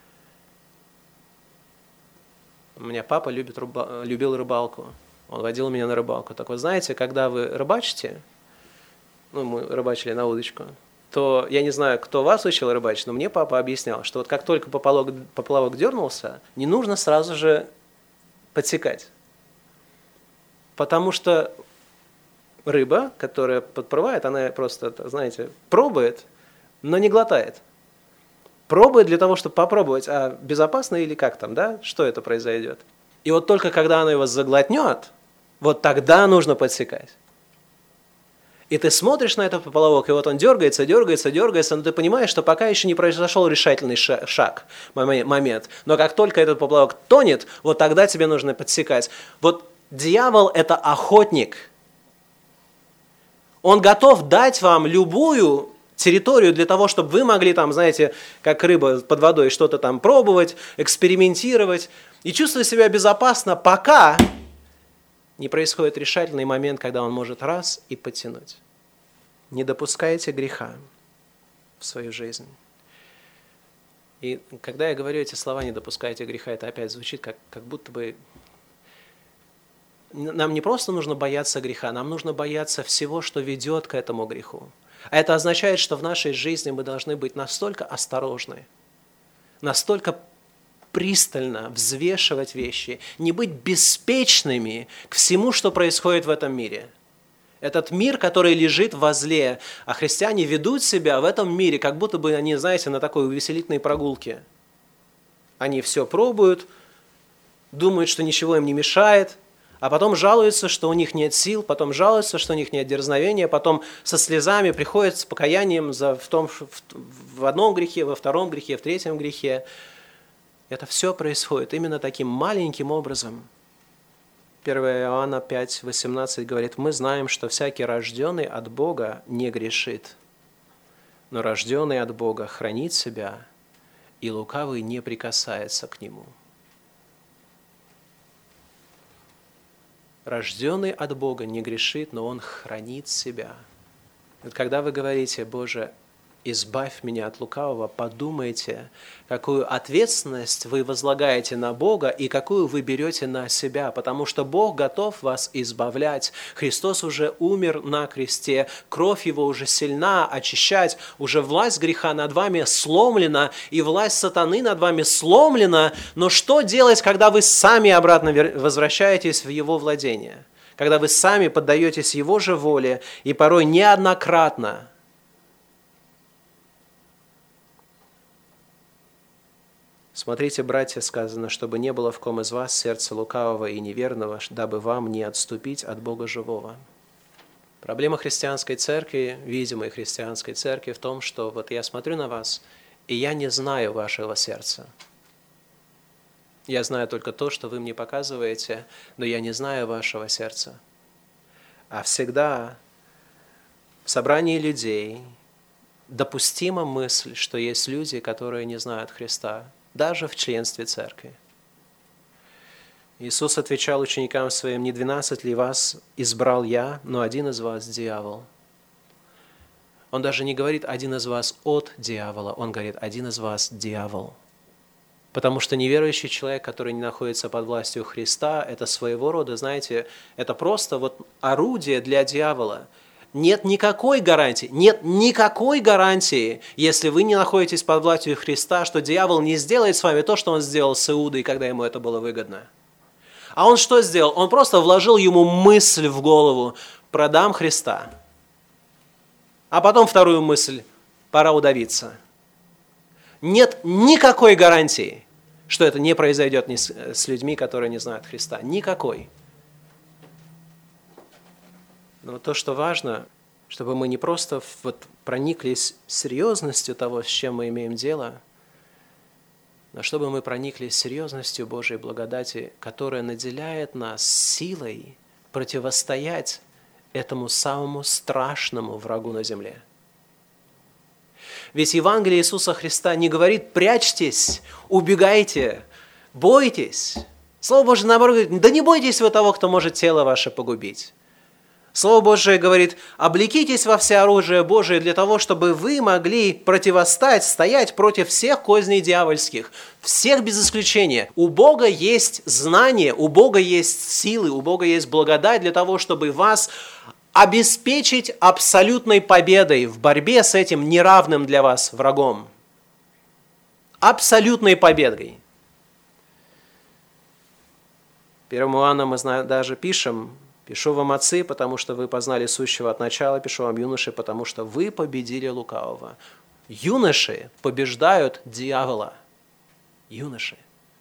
[SPEAKER 2] У меня папа любит рыба... любил рыбалку. Он водил меня на рыбалку. Так вот, знаете, когда вы рыбачите, ну, мы рыбачили на удочку, то я не знаю, кто вас учил рыбачить, но мне папа объяснял, что вот как только поплавок, поплавок дернулся, не нужно сразу же подсекать. Потому что рыба, которая подплывает, она просто, знаете, пробует, но не глотает. Пробует для того, чтобы попробовать, а безопасно или как там, да, что это произойдет. И вот только когда она его заглотнет, вот тогда нужно подсекать. И ты смотришь на этот поплавок, и вот он дергается, дергается, дергается, но ты понимаешь, что пока еще не произошел решательный шаг, момент. Но как только этот поплавок тонет, вот тогда тебе нужно подсекать. Вот дьявол – это охотник. Он готов дать вам любую территорию для того, чтобы вы могли там, знаете, как рыба под водой, что-то там пробовать, экспериментировать и чувствовать себя безопасно, пока не происходит решательный момент, когда он может раз и потянуть. Не допускайте греха в свою жизнь. И когда я говорю эти слова «не допускайте греха», это опять звучит как, как будто бы... Нам не просто нужно бояться греха, нам нужно бояться всего, что ведет к этому греху. А это означает, что в нашей жизни мы должны быть настолько осторожны, настолько пристально взвешивать вещи, не быть беспечными к всему, что происходит в этом мире. Этот мир, который лежит возле, а христиане ведут себя в этом мире, как будто бы они, знаете, на такой увеселительной прогулке. Они все пробуют, думают, что ничего им не мешает, а потом жалуются, что у них нет сил, потом жалуются, что у них нет дерзновения, потом со слезами приходят с покаянием за, в, том, в, в одном грехе, во втором грехе, в третьем грехе. Это все происходит именно таким маленьким образом. первое Иоанна пять восемнадцать говорит: мы знаем, что всякий рожденный от Бога не грешит, но рожденный от Бога хранит себя, и лукавый не прикасается к нему. Рожденный от Бога не грешит, но он хранит себя. Вот когда вы говорите: Боже, избавь меня от лукавого, подумайте, какую ответственность вы возлагаете на Бога и какую вы берете на себя, потому что Бог готов вас избавлять. Христос уже умер на кресте, кровь Его уже сильна очищать, уже власть греха над вами сломлена, и власть сатаны над вами сломлена. Но что делать, когда вы сами обратно возвращаетесь в Его владение? Когда вы сами поддаетесь Его же воле, и порой неоднократно Смотрите, братья, сказано, чтобы не было в ком из вас сердца лукавого и неверного, дабы вам не отступить от Бога живого. Проблема христианской церкви, видимой христианской церкви в том, что вот я смотрю на вас, и я не знаю вашего сердца. Я знаю только то, что вы мне показываете, но я не знаю вашего сердца. А всегда в собрании людей допустима мысль, что есть люди, которые не знают Христа, даже в членстве церкви. Иисус отвечал ученикам своим: «Не двенадцать ли вас избрал я, но один из вас – дьявол». Он даже не говорит «один из вас от дьявола», он говорит «один из вас – дьявол». Потому что неверующий человек, который не находится под властью Христа, это своего рода, знаете, это просто вот орудие для дьявола. Нет никакой гарантии, нет никакой гарантии, если вы не находитесь под властью Христа, что дьявол не сделает с вами то, что он сделал с Иудой, когда ему это было выгодно. А он что сделал? Он просто вложил ему мысль в голову: продам Христа. А потом вторую мысль: пора удавиться. Нет никакой гарантии, что это не произойдет с людьми, которые не знают Христа. Никакой. Но то, что важно, чтобы мы не просто вот прониклись серьезностью того, с чем мы имеем дело, но чтобы мы прониклись серьезностью Божьей благодати, которая наделяет нас силой противостоять этому самому страшному врагу на земле. Ведь Евангелие Иисуса Христа не говорит: прячьтесь, убегайте, бойтесь. Слово Божие наоборот говорит: да не бойтесь вы того, кто может тело ваше погубить. Слово Божие говорит: облекитесь во всеоружие Божие для того, чтобы вы могли противостать, стоять против всех козней дьявольских, всех без исключения. У Бога есть знание, у Бога есть силы, у Бога есть благодать для того, чтобы вас обеспечить абсолютной победой в борьбе с этим неравным для вас врагом. Абсолютной победой. Первому Иоанна мы даже пишем: «Пишу вам, отцы, потому что вы познали сущего от начала, пишу вам, юноши, потому что вы победили лукавого». Юноши побеждают дьявола. Юноши.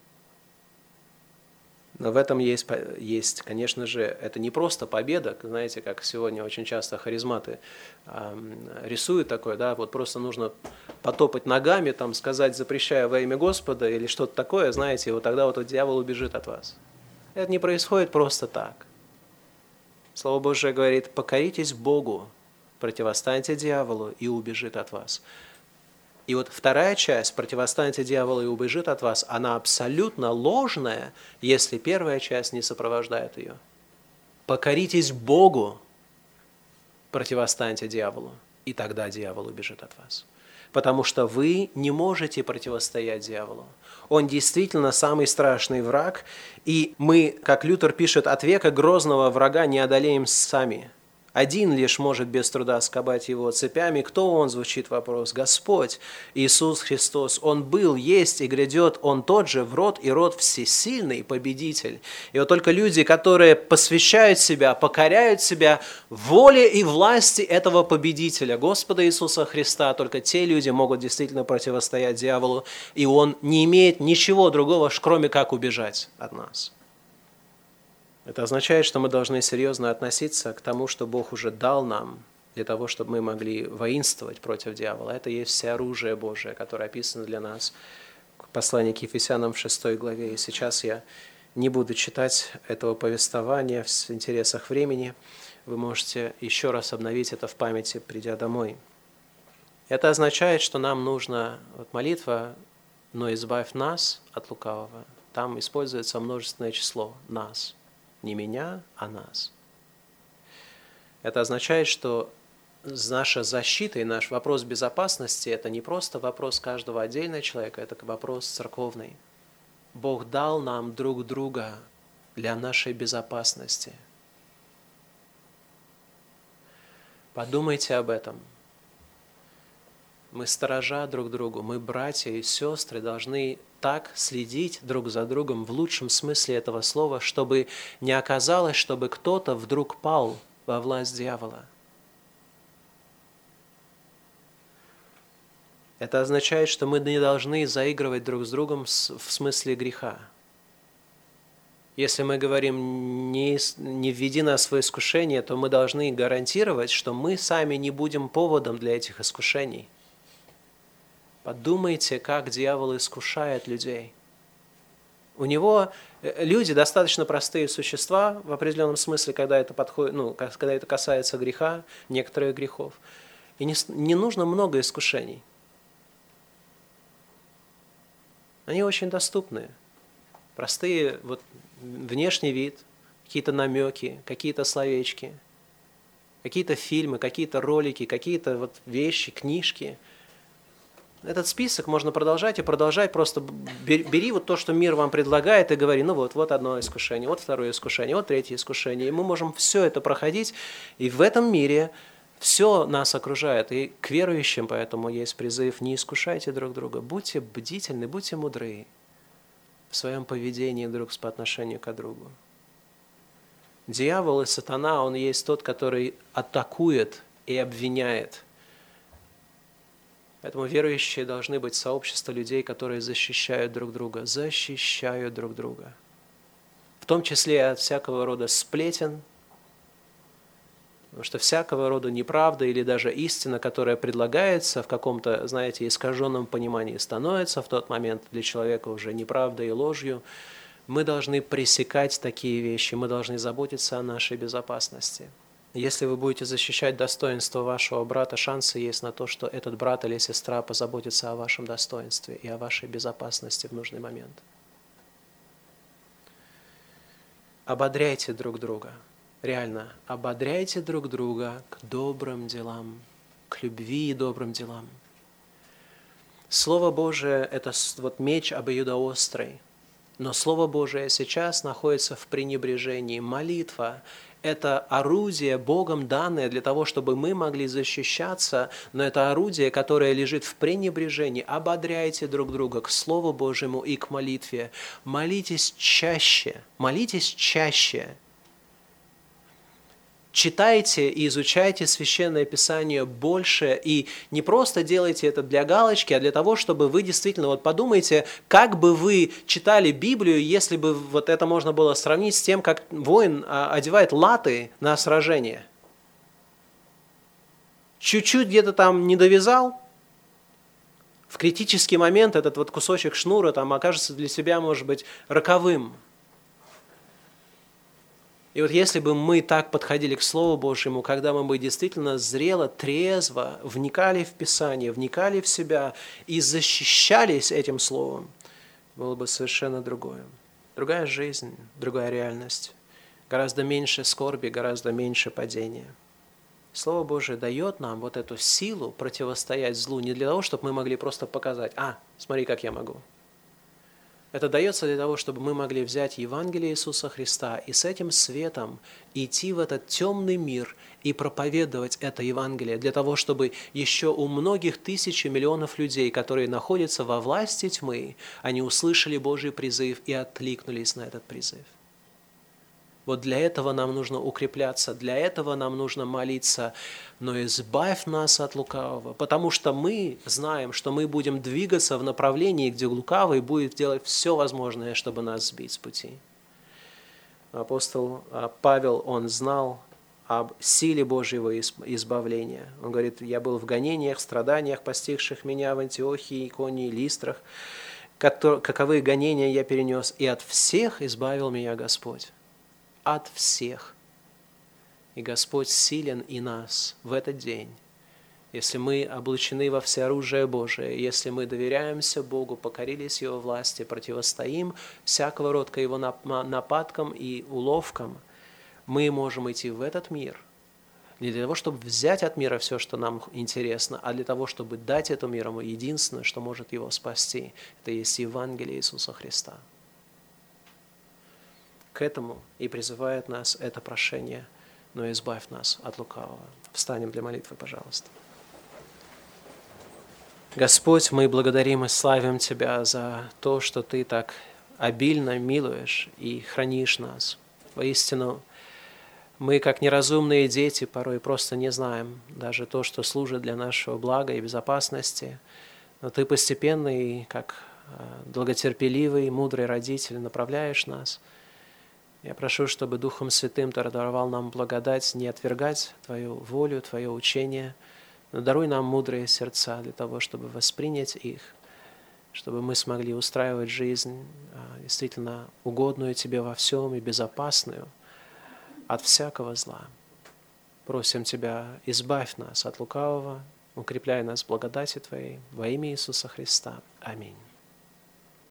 [SPEAKER 2] Но в этом есть, есть, конечно же, это не просто победа, знаете, как сегодня очень часто харизматы э, рисуют такое, да, вот просто нужно потопать ногами, там, сказать «запрещаю во имя Господа» или что-то такое, знаете, и вот тогда вот этот дьявол убежит от вас. Это не происходит просто так. Слово Божие говорит: покоритесь Богу, противостаньте дьяволу, и убежит от вас. И вот вторая часть «противостаньте дьяволу и убежит от вас», она абсолютно ложная, если первая часть не сопровождает ее. Покоритесь Богу, противостаньте дьяволу, и тогда дьявол убежит от вас. Потому что вы не можете противостоять дьяволу. Он действительно самый страшный враг, и мы, как Лютер пишет, от века грозного врага не одолеем сами. Один лишь может без труда скобать его цепями. Кто он, звучит вопрос? Господь, Иисус Христос. Он был, есть и грядет. Он тот же в род и род всесильный победитель. И вот только люди, которые посвящают себя, покоряют себя воле и власти этого победителя, Господа Иисуса Христа, только те люди могут действительно противостоять дьяволу, и он не имеет ничего другого, кроме как убежать от нас. Это означает, что мы должны серьезно относиться к тому, что Бог уже дал нам, для того, чтобы мы могли воинствовать против дьявола. Это есть всеоружие Божие, которое описано для нас в послании к Ефесянам в шестой главе. И сейчас я не буду читать этого повествования в интересах времени. Вы можете еще раз обновить это в памяти, придя домой. Это означает, что нам нужна вот молитва «Но избавь нас от лукавого». Там используется множественное число «нас». Не меня, а нас. Это означает, что наша защита и наш вопрос безопасности – это не просто вопрос каждого отдельного человека, это вопрос церковный. Бог дал нам друг друга для нашей безопасности. Подумайте об этом. Мы сторожа друг другу, мы братья и сестры должны так следить друг за другом в лучшем смысле этого слова, чтобы не оказалось, чтобы кто-то вдруг пал во власть дьявола. Это означает, что мы не должны заигрывать друг с другом в смысле греха. Если мы говорим «не, не введи нас в искушение», то мы должны гарантировать, что мы сами не будем поводом для этих искушений. Подумайте, как дьявол искушает людей. У него люди достаточно простые существа в определенном смысле, когда это подходит, ну, когда это касается греха, некоторых грехов. И не, не нужно много искушений. Они очень доступны. Простые, вот, внешний вид, какие-то намеки, какие-то словечки, какие-то фильмы, какие-то ролики, какие-то вот вещи, книжки. Этот список можно продолжать и продолжать. Просто бери вот то, что мир вам предлагает, и говори, ну вот, вот одно искушение, вот второе искушение, вот третье искушение. И мы можем все это проходить, и в этом мире все нас окружает. И к верующим поэтому есть призыв: не искушайте друг друга, будьте бдительны, будьте мудры в своем поведении друг по отношению к другу. Дьявол и сатана, он есть тот, который атакует и обвиняет. Поэтому верующие должны быть сообщество людей, которые защищают друг друга, защищают друг друга. В том числе от всякого рода сплетен, потому что всякого рода неправда или даже истина, которая предлагается в каком-то, знаете, искаженном понимании, становится в тот момент для человека уже неправдой и ложью. Мы должны пресекать такие вещи, мы должны заботиться о нашей безопасности. Если вы будете защищать достоинство вашего брата, шансы есть на то, что этот брат или сестра позаботится о вашем достоинстве и о вашей безопасности в нужный момент. Ободряйте друг друга. Реально, ободряйте друг друга к добрым делам, к любви и добрым делам. Слово Божие – это вот меч обоюдоострый, но Слово Божие сейчас находится в пренебрежении. Молитва – это орудие Богом данное для того, чтобы мы могли защищаться, но это орудие, которое лежит в пренебрежении. Ободряйте друг друга к Слову Божьему и к молитве. Молитесь чаще, молитесь чаще. Читайте и изучайте Священное Писание больше, и не просто делайте это для галочки, а для того, чтобы вы действительно вот подумайте, как бы вы читали Библию, если бы вот это можно было сравнить с тем, как воин одевает латы на сражение. Чуть-чуть где-то там не довязал, в критический момент этот вот кусочек шнура там окажется для себя, может быть, роковым. И вот если бы мы так подходили к Слову Божьему, когда мы бы действительно зрело, трезво вникали в Писание, вникали в себя и защищались этим Словом, было бы совершенно другое. Другая жизнь, другая реальность, гораздо меньше скорби, гораздо меньше падения. Слово Божие дает нам вот эту силу противостоять злу не для того, чтобы мы могли просто показать: «А, смотри, как я могу». Это дается для того, чтобы мы могли взять Евангелие Иисуса Христа и с этим светом идти в этот темный мир и проповедовать это Евангелие, для того, чтобы еще у многих тысяч и миллионов людей, которые находятся во власти тьмы, они услышали Божий призыв и откликнулись на этот призыв. Вот для этого нам нужно укрепляться, для этого нам нужно молиться, но избавь нас от лукавого, потому что мы знаем, что мы будем двигаться в направлении, где лукавый будет делать все возможное, чтобы нас сбить с пути. Апостол Павел, он знал об силе Божьего избавления. Он говорит: «Я был в гонениях, страданиях, постигших меня в Антиохии, Иконии, Листрах, каковы гонения я перенес, и от всех избавил меня Господь». От всех. И Господь силен и нас в этот день, если мы облачены во всеоружие Божие, если мы доверяемся Богу, покорились Его власти, противостоим всякого рода Его нападкам и уловкам, мы можем идти в этот мир не для того, чтобы взять от мира все, что нам интересно, а для того, чтобы дать этому миру единственное, что может его спасти. Это есть Евангелие Иисуса Христа. К этому и призывает нас это прошение: но избавь нас от лукавого. Встанем для молитвы, пожалуйста. Господь, мы благодарим и славим Тебя за то, что Ты так обильно милуешь и хранишь нас. Воистину, мы, как неразумные дети, порой просто не знаем даже то, что служит для нашего блага и безопасности, но Ты постепенно и как долготерпеливый, мудрый родитель направляешь нас. Я прошу, чтобы Духом Святым Ты даровал нам благодать не отвергать Твою волю, Твое учение, но даруй нам мудрые сердца для того, чтобы воспринять их, чтобы мы смогли устраивать жизнь действительно угодную Тебе во всем и безопасную от всякого зла. Просим Тебя, избавь нас от лукавого, укрепляй нас в благодати Твоей во имя Иисуса Христа. Аминь.